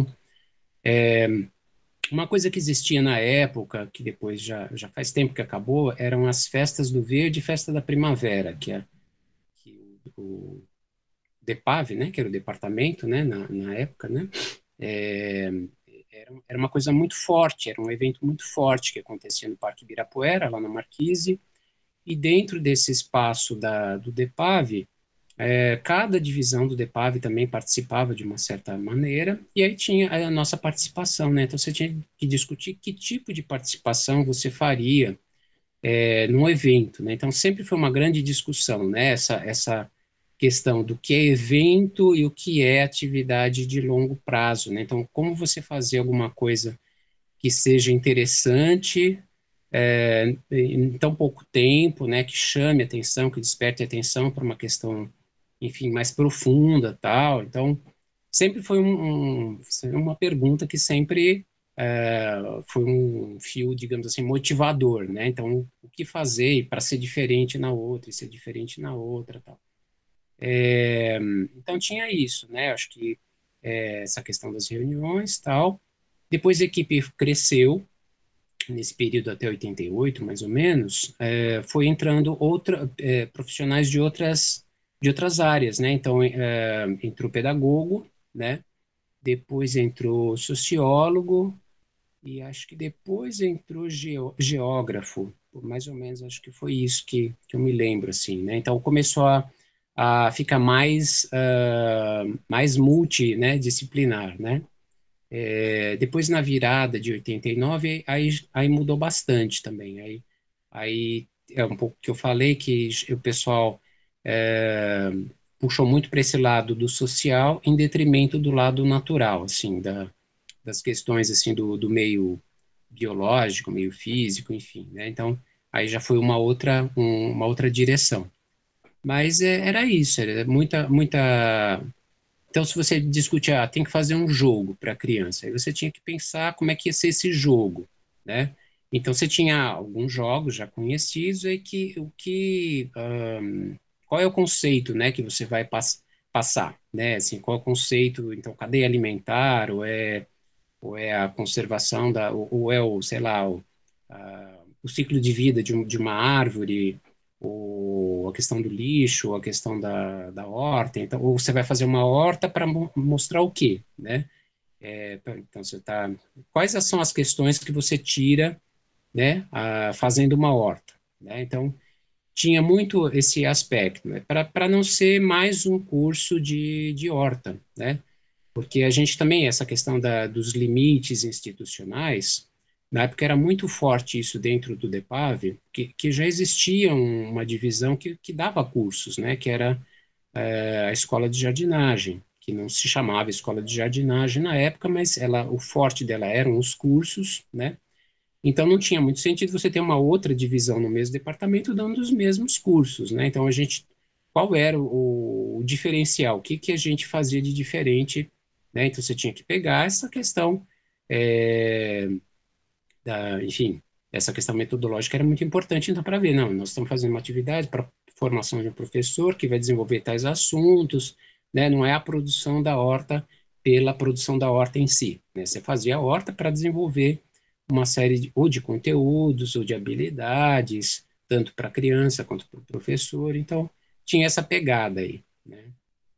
É, uma coisa que existia na época, que depois já, já faz tempo que acabou, eram as festas do verde e festa da primavera, que, é, que o, o DEPAV, né, que era o departamento, né, na, na época, né, é, era, era uma coisa muito forte, era um evento muito forte que acontecia no Parque Ibirapuera, lá na Marquise, e dentro desse espaço da, do DEPAV, é, cada divisão do DEPAV também participava de uma certa maneira, e aí tinha a nossa participação, né? Então você tinha que discutir que tipo de participação você faria é, num evento, né? Então sempre foi uma grande discussão, né? Essa, essa questão do que é evento e o que é atividade de longo prazo, né? Então como você fazer alguma coisa que seja interessante é, em tão pouco tempo, né, que chame atenção, que desperte atenção para uma questão, enfim, mais profunda, tal. Então, sempre foi um, um, uma pergunta que sempre é, foi um fio, digamos assim, motivador, né? Então, o que fazer para ser diferente na outra e ser diferente na outra, tal. É, então, tinha isso, né? Acho que é, essa questão das reuniões, tal. Depois a equipe cresceu, nesse período até oitenta e oito, mais ou menos, é, foi entrando outra, é, profissionais de outras, de outras áreas, né? Então, é, entrou pedagogo, né? Depois entrou sociólogo e acho que depois entrou geo, geógrafo, mais ou menos, acho que foi isso que, que eu me lembro, assim, né? Então, começou a, a ficar mais, uh, mais multi, né, disciplinar, né? É, depois, na virada de oitenta e nove, aí, aí mudou bastante também. Aí, aí é um pouco que eu falei, que o pessoal é, puxou muito para esse lado do social em detrimento do lado natural, assim, da, das questões assim do, do meio biológico, meio físico, enfim, né? Então, aí já foi uma outra, um, uma outra direção. Mas é, era isso, era muita, muita. Então, se você discute, ah, tem que fazer um jogo para a criança, aí você tinha que pensar como é que ia ser esse jogo, né? Então, você tinha alguns jogos já conhecidos, aí que, o que, um, qual é o conceito, né, que você vai pass passar, né? Assim, qual é o conceito, então, cadeia alimentar, ou é, ou é a conservação, da, ou, ou é o, sei lá, o, a, o ciclo de vida de, um, de uma árvore, ou a questão do lixo, ou a questão da, da horta, então, ou você vai fazer uma horta para mo mostrar o quê, né? É, então, você tá, quais são as questões que você tira, né, a, fazendo uma horta, né? Então, tinha muito esse aspecto, né, para não ser mais um curso de, de horta, né? Porque a gente também, essa questão da, dos limites institucionais, na época era muito forte isso dentro do DEPAV, que, que já existia uma divisão que, que dava cursos, né, que era a escola de jardinagem, que não se chamava escola de jardinagem na época, mas ela, o forte dela eram os cursos, né? Então não tinha muito sentido você ter uma outra divisão no mesmo departamento dando os mesmos cursos, né? Então a gente, qual era o, o diferencial? O que que a gente fazia de diferente, né? Então você tinha que pegar essa questão, é, da, enfim, essa questão metodológica era muito importante, então, para ver, não, nós estamos fazendo uma atividade para formação de um professor que vai desenvolver tais assuntos, né? Não é a produção da horta pela produção da horta em si, né? Você fazia a horta para desenvolver uma série de, ou de conteúdos ou de habilidades, tanto para a criança quanto para o professor, então tinha essa pegada aí, né?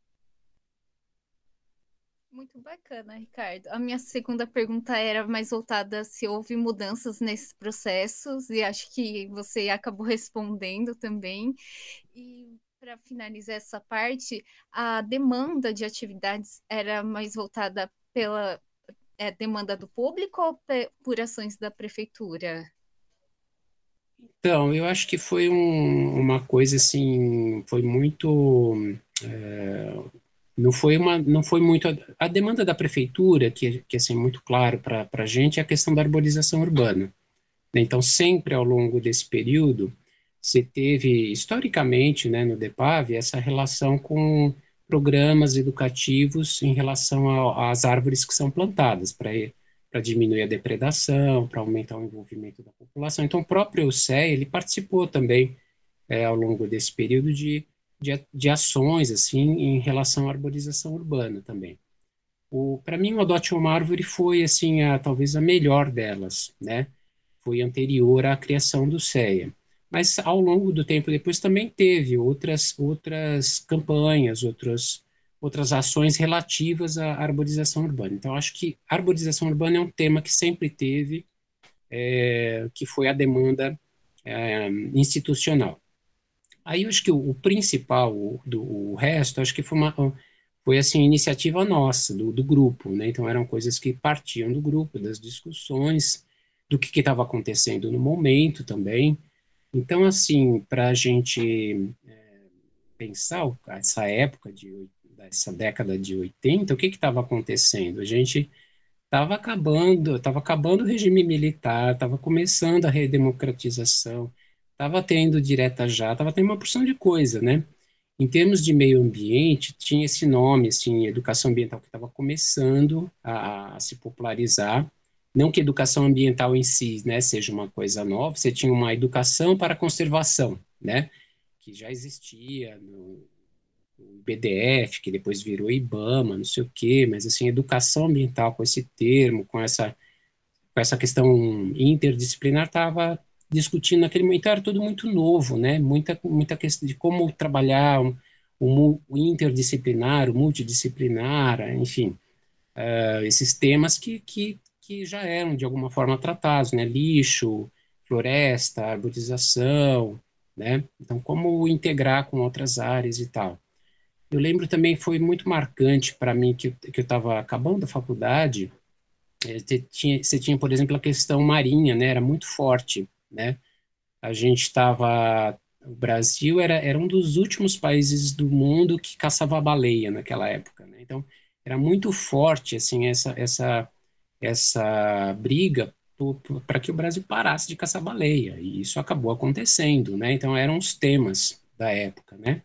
Muito bacana, Ricardo. A minha segunda pergunta era mais voltada se houve mudanças nesses processos, e acho que você acabou respondendo também. E para finalizar essa parte, a demanda de atividades era mais voltada pela é, demanda do público ou pe- por ações da prefeitura? Então, eu acho que foi um- uma coisa assim, foi muito, é, não foi uma, não foi muito a, a demanda da prefeitura, que, que assim muito claro para para a gente é a questão da arborização urbana, né? Então, sempre ao longo desse período, você teve historicamente, né, no DEPAV, essa relação com programas educativos em relação ao- às árvores que são plantadas para para diminuir a depredação, para aumentar o envolvimento da população. Então, o próprio C E A, ele participou também, é, ao longo desse período de, de, de ações, assim, em relação à arborização urbana também. O, para mim, o Adote uma Árvore foi, assim, a, talvez a melhor delas, né? Foi anterior à criação do C E A. Mas, ao longo do tempo depois, também teve outras, outras campanhas, outros, outras ações relativas à arborização urbana. Então, acho que a arborização urbana é um tema que sempre teve, é, que foi a demanda, é, institucional. Aí, eu acho que o, o principal, o, do, o resto, acho que foi uma, foi assim, iniciativa nossa, do, do grupo, né? Então, eram coisas que partiam do grupo, das discussões, do que estava acontecendo no momento também. Então, assim, para a gente pensar essa época de essa década de oitenta, o que estava acontecendo? A gente estava acabando, estava acabando o regime militar, estava começando a redemocratização, estava tendo direta já, estava tendo uma porção de coisa, né? Em termos de meio ambiente, tinha esse nome, assim, educação ambiental, que estava começando a, a se popularizar. Não que educação ambiental em si, né, seja uma coisa nova, você tinha uma educação para a conservação, né, que já existia no, no I B D F, que depois virou IBAMA, não sei o quê, mas, assim, educação ambiental com esse termo, com essa, com essa questão interdisciplinar, estava discutindo naquele momento, era tudo muito novo, né? Muita, muita questão de como trabalhar o, o, o interdisciplinar, o multidisciplinar, enfim, uh, esses temas que, que, que já eram de alguma forma tratados, né? Lixo, floresta, arborização, né? Então, como integrar com outras áreas e tal. Eu lembro também, foi muito marcante para mim que, que eu estava acabando a faculdade. Você tinha, você tinha, por exemplo, a questão marinha, né? Era muito forte, né? A gente estava, o Brasil era, era um dos últimos países do mundo que caçava baleia naquela época, né? Então, era muito forte, assim, essa, essa, essa briga para que o Brasil parasse de caçar baleia, e isso acabou acontecendo, né? Então, eram os temas da época, né?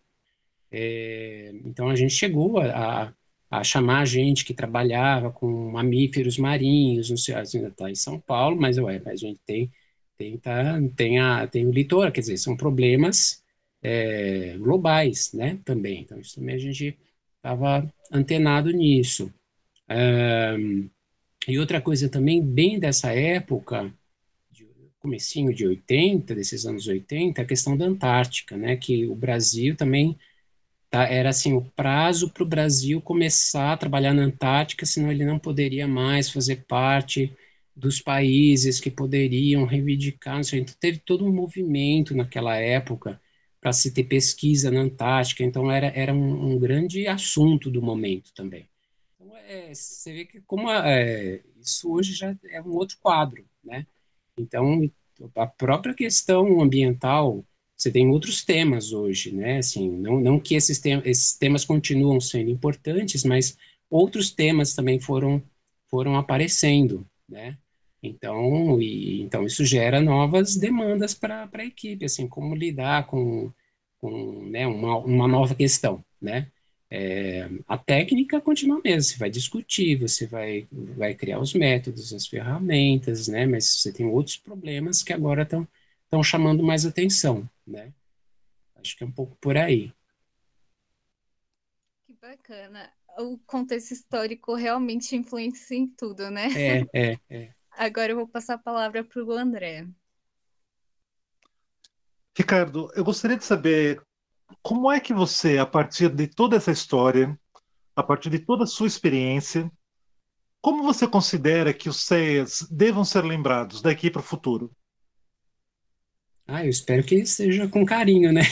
É, então, a gente chegou a, a chamar a gente que trabalhava com mamíferos marinhos, não sei, assim, está em São Paulo, mas ué, a gente tem, tem, tá, tem, a, tem o litoral, quer dizer, são problemas, é, globais, né, também. Então, isso também a gente estava antenado nisso. É, e outra coisa também, bem dessa época, de, comecinho de oitenta, desses anos oitenta, a questão da Antártica, né, que o Brasil também, tá, era assim, o prazo para o Brasil começar a trabalhar na Antártica, senão ele não poderia mais fazer parte dos países que poderiam reivindicar. Não sei. Então, teve todo um movimento naquela época para se ter pesquisa na Antártica, então era, era um, um grande assunto do momento também. Então, é, você vê que como é, isso hoje já é um outro quadro, né? Então, a própria questão ambiental você tem outros temas hoje, né? Assim, não, não que esses, te esses temas continuam sendo importantes, mas outros temas também foram, foram aparecendo, né? Então, e, então isso gera novas demandas para a equipe, assim, como lidar com, com né, uma, uma nova questão, né? É, a técnica continua a mesma, você vai discutir, você vai, vai criar os métodos, as ferramentas, né? Mas você tem outros problemas que agora estão estão chamando mais atenção, né? Acho que é um pouco por aí. Que bacana. O contexto histórico realmente influencia em tudo, né? É, é, é. Agora eu vou passar a palavra para o André. Ricardo, eu gostaria de saber como é que você, a partir de toda essa história, a partir de toda a sua experiência, como você considera que os C E As devam ser lembrados daqui para o futuro? Ah, eu espero que seja com carinho, né?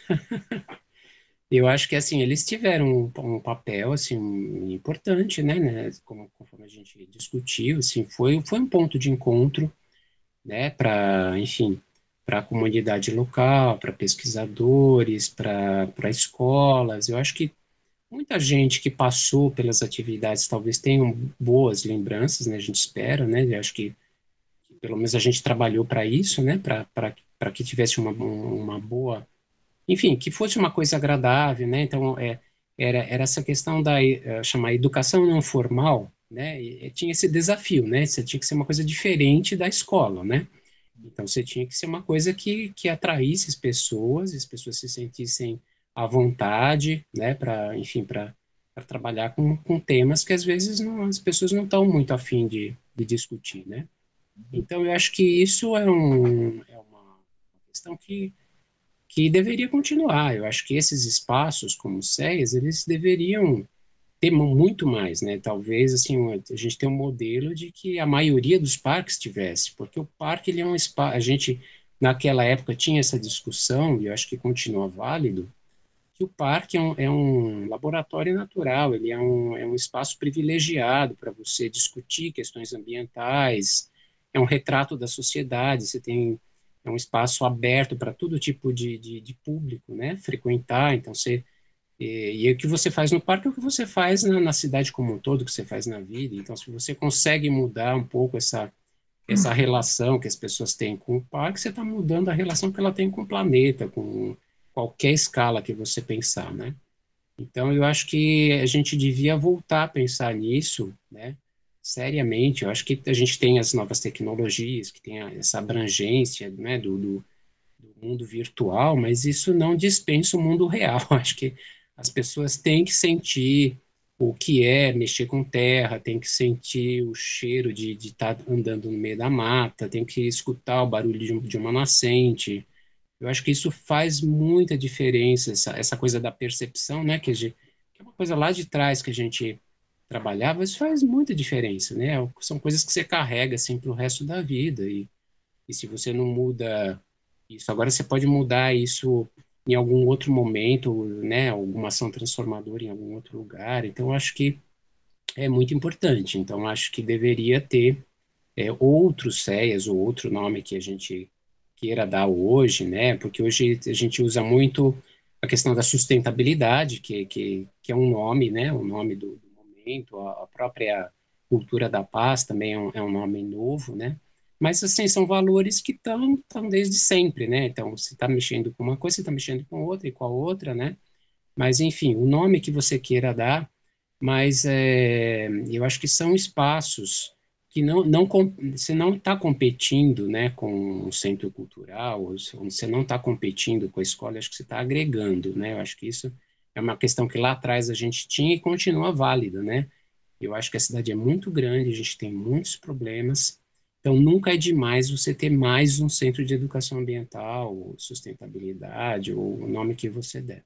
Eu acho que, assim, eles tiveram um, um papel, assim, importante, né, né? Como, conforme a gente discutiu, assim, foi, foi um ponto de encontro, né, para, enfim, para a comunidade local, para pesquisadores, para para escolas. Eu acho que muita gente que passou pelas atividades talvez tenham boas lembranças, né? A gente espera, né? Eu acho que, que pelo menos a gente trabalhou para isso, né? Para para que tivesse uma, uma boa, enfim, que fosse uma coisa agradável, né? Então, é, era, era essa questão da é, chamar educação não formal, né? E, e tinha esse desafio, né? Você tinha que ser uma coisa diferente da escola, né? Então, você tinha que ser uma coisa que, que atraísse as pessoas, as pessoas se sentissem à vontade, né? Para, enfim, para trabalhar com, com temas que às vezes não, as pessoas não estão muito afim de, de discutir, né? Então, eu acho que isso é, um, é uma questão que que deveria continuar. Eu acho que esses espaços, como os C E As, eles deveriam ter muito mais, né? Talvez, assim, a gente tem um modelo de que a maioria dos parques tivesse, porque o parque, ele é um espaço, a gente, naquela época, tinha essa discussão, e eu acho que continua válido, que o parque é um, é um laboratório natural, ele é um, é um espaço privilegiado para você discutir questões ambientais, é um retrato da sociedade, você tem é um espaço aberto para todo tipo de, de, de público, né, frequentar, então você, e, e o que você faz no parque é o que você faz na, na cidade como um todo, o que você faz na vida, então se você consegue mudar um pouco essa, essa relação que as pessoas têm com o parque, você está mudando a relação que ela tem com o planeta, com qualquer escala que você pensar, né? Então, eu acho que a gente devia voltar a pensar nisso, né? Seriamente. Eu acho que a gente tem as novas tecnologias, que tem a, essa abrangência, né, do, do, do mundo virtual, mas isso não dispensa o mundo real. Eu acho que as pessoas têm que sentir o que é mexer com terra, tem que sentir o cheiro de estar andando no meio da mata, tem que escutar o barulho de, de uma nascente. Eu acho que isso faz muita diferença, essa, essa coisa da percepção, né, que, a gente, que é uma coisa lá de trás que a gente trabalhava, isso faz muita diferença, né? São coisas que você carrega assim para o resto da vida e, e se você não muda isso, agora você pode mudar isso em algum outro momento, né? Alguma ação transformadora em algum outro lugar. Então, eu acho que é muito importante. Então, eu acho que deveria ter é, outros C E As ou outro nome que a gente queira dar hoje, né? Porque hoje a gente usa muito a questão da sustentabilidade, que, que, que é um nome, né? O nome do, do momento, a, a própria cultura da paz também é um, é um nome novo, né? Mas, assim, são valores que estão desde sempre, né? Então, você está mexendo com uma coisa, você está mexendo com outra e com a outra, né? Mas, enfim, o nome que você queira dar, mas é, eu acho que são espaços que não, não você não está competindo, né, com o centro cultural, você não está competindo com a escola, acho que você está agregando, né? Eu acho que isso é uma questão que lá atrás a gente tinha e continua válida, né? Eu acho que a cidade é muito grande, a gente tem muitos problemas, então nunca é demais você ter mais um centro de educação ambiental, ou sustentabilidade, ou o nome que você der.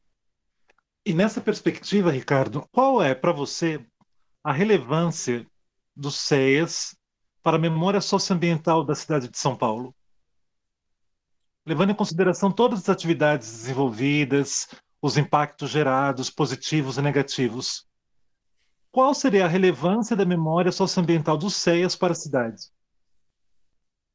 E nessa perspectiva, Ricardo, qual é, para você, a relevância dos C E As para a memória socioambiental da cidade de São Paulo? Levando em consideração todas as atividades desenvolvidas, os impactos gerados, positivos e negativos, qual seria a relevância da memória socioambiental dos C E As para a cidade?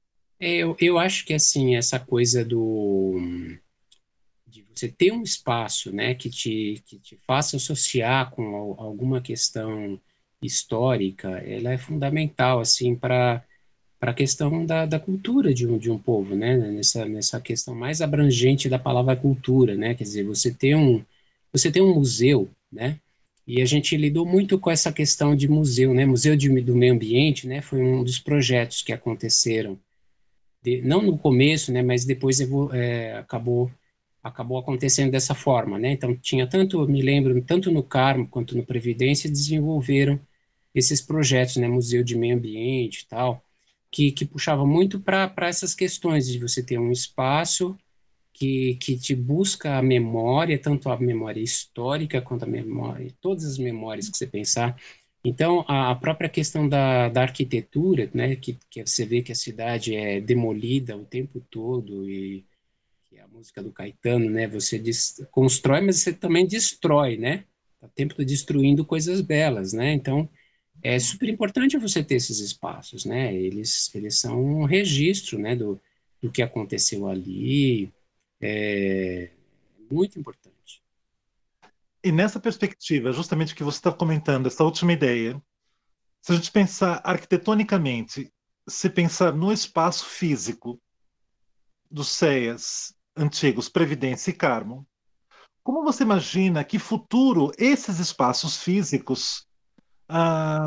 Eu, eu acho que, assim, essa coisa do de você ter um espaço, né, que te, que te faça associar com al- alguma questão histórica, ela é fundamental, assim, para para a questão da, da cultura de um, de um povo, né, nessa, nessa questão mais abrangente da palavra cultura, né, quer dizer, você tem um, você tem um museu, né, e a gente lidou muito com essa questão de museu, né, Museu de, do Meio Ambiente, né, foi um dos projetos que aconteceram, de- não no começo, né, mas depois evo- é, acabou acabou acontecendo dessa forma, né? Então tinha tanto, eu me lembro, tanto no Carmo quanto no Previdência desenvolveram esses projetos, né, Museu de Meio Ambiente e tal, que que puxava muito para para essas questões de você ter um espaço que que te busca a memória, tanto a memória histórica quanto a memória, todas as memórias que você pensar. Então, a a própria questão da, da arquitetura, né, que, que você vê que a cidade é demolida o tempo todo e que é a música do Caetano, né? Você des- constrói, mas você também destrói, né? Tá o tempo todo destruindo coisas belas, né? Então, é super importante você ter esses espaços, né? Eles, eles são um registro, né, do, do que aconteceu ali. É muito importante. E nessa perspectiva, justamente o que você está comentando, essa última ideia, se a gente pensar arquitetonicamente, se pensar no espaço físico dos CEAs antigos, Previdência e Carmo, como você imagina que futuro esses espaços físicos ah,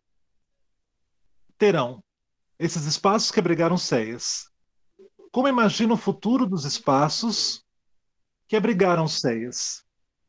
terão? Esses espaços que abrigaram CEAs. Como imagina o futuro dos espaços que abrigaram CEAs?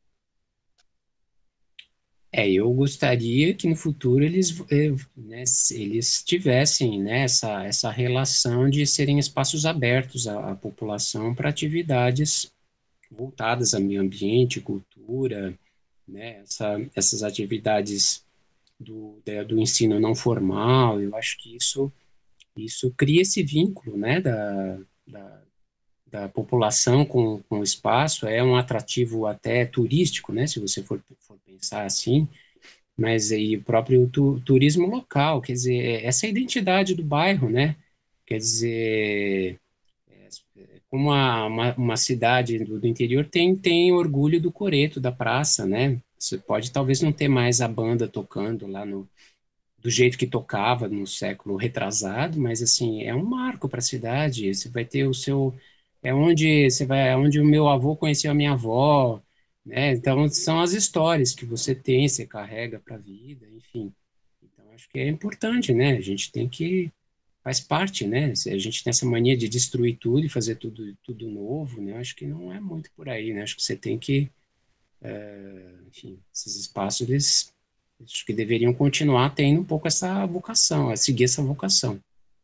É, eu gostaria que no futuro eles, eh, né, eles tivessem, né, essa, essa relação de serem espaços abertos à, à população para atividades voltadas ao meio ambiente, cultura, né, essa, essas atividades do, da- do ensino não formal, eu acho que isso, isso cria esse vínculo, né, da, da, da população com, com o espaço, é um atrativo até turístico, né, se você for, for pensar assim, mas aí o próprio tu, turismo local, quer dizer, essa identidade do bairro, né, quer dizer, como uma, uma, uma cidade do, do interior tem, tem orgulho do coreto, da praça, né? Você pode talvez não ter mais a banda tocando lá no, do jeito que tocava no século retrasado, mas assim, é um marco para a cidade. Você vai ter o seu. É onde você vai, é onde o meu avô conheceu a minha avó, né? Então, são as histórias que você tem, você carrega para a vida, enfim. Então, acho que é importante, né? A gente tem que faz parte, né? Se a gente tem essa mania de destruir tudo e fazer tudo, tudo novo, né? Acho que não é muito por aí, né? Acho que você tem que, enfim, esses espaços, eles acho que deveriam continuar tendo um pouco essa vocação, a seguir essa vocação.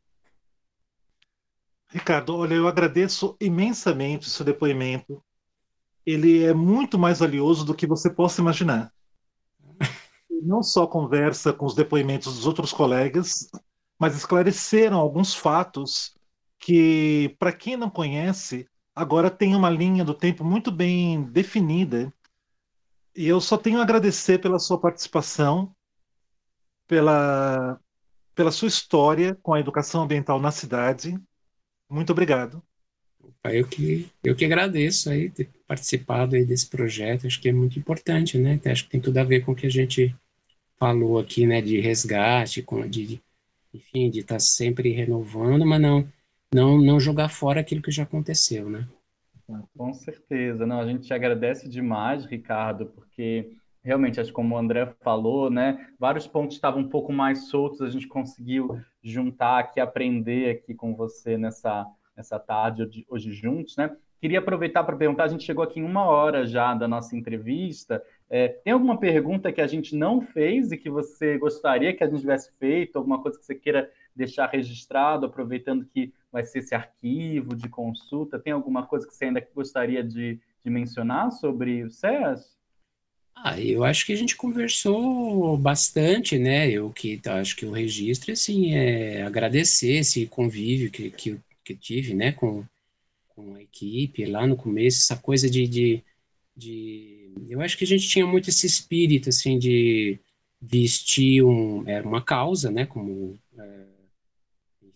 Ricardo, olha, eu agradeço imensamente o seu depoimento. Ele é muito mais valioso do que você possa imaginar. Não só conversa com os depoimentos dos outros colegas, mas esclareceram alguns fatos que, para quem não conhece, agora tem uma linha do tempo muito bem definida. E eu só tenho a agradecer pela sua participação, pela, pela sua história com a educação ambiental na cidade. Muito obrigado. Eu que, eu que agradeço aí ter participado aí desse projeto, acho que é muito importante, né? Acho que tem tudo a ver com o que a gente falou aqui, né? De resgate, com, de, enfim, de estar sempre renovando, mas não, não, não jogar fora aquilo que já aconteceu, né? Com certeza, não, a gente te agradece demais, Ricardo, porque realmente, acho que como o André falou, né, vários pontos estavam um pouco mais soltos, a gente conseguiu juntar aqui, aprender aqui com você nessa, nessa tarde hoje, hoje juntos, né? Queria aproveitar para perguntar, a gente chegou aqui em uma hora já da nossa entrevista, é, tem alguma pergunta que a gente não fez e que você gostaria que a gente tivesse feito, alguma coisa que você queira deixar registrado, aproveitando que vai ser esse arquivo de consulta? Tem alguma coisa que você ainda gostaria de, de mencionar sobre o SES? Ah, eu acho que a gente conversou bastante, né? Eu que tá, acho que o registro, assim, é agradecer esse convívio que, que, eu- que eu tive, né, com, com a equipe lá no começo, essa coisa de, de, de... Eu acho que a gente tinha muito esse espírito, assim, de vestir um, era uma causa, né, como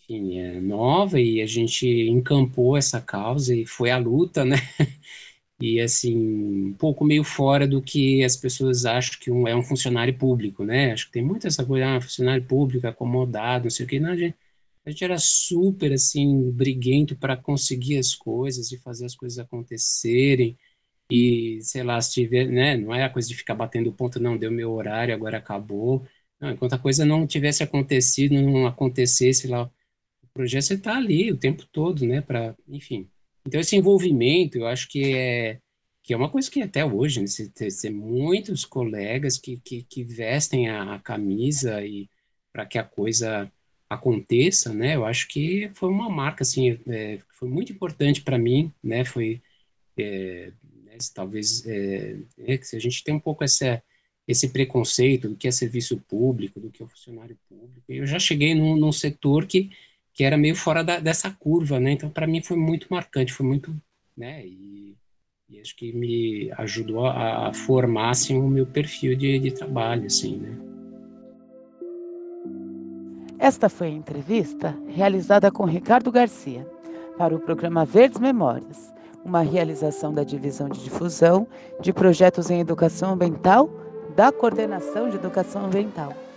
enfim, é nova e a gente encampou essa causa e foi à luta, né? E, assim, um pouco meio fora do que as pessoas acham que um, é um funcionário público, né? Acho que tem muito essa coisa, ah, funcionário público, acomodado, não sei o quê. Não, a gente, a gente era super, assim, briguento para conseguir as coisas e fazer as coisas acontecerem. E, sei lá, se tiver, né? Não é a coisa de ficar batendo ponto, não, deu meu horário, agora acabou. Não, enquanto a coisa não tivesse acontecido, não acontecesse lá, o projeto você está ali o tempo todo, né? Para, enfim. Então, esse envolvimento, eu acho que é, que é uma coisa que até hoje, né, você tem você tem muitos colegas que, que, que vestem a, a camisa e para que a coisa aconteça, né? Eu acho que foi uma marca, assim, é, foi muito importante para mim, né? Foi, é, né, talvez, é, é, que se a gente tem um pouco essa, esse preconceito do que é serviço público, do que é funcionário público. Eu já cheguei num, num setor que que era meio fora da, dessa curva, né? Então, para mim foi muito marcante, foi muito, né? E, e acho que me ajudou a, a formar, assim, o meu perfil de, de trabalho, assim, né? Esta foi a entrevista realizada com Ricardo Garcia para o programa Verdes Memórias, uma realização da Divisão de Difusão de Projetos em Educação Ambiental da Coordenação de Educação Ambiental.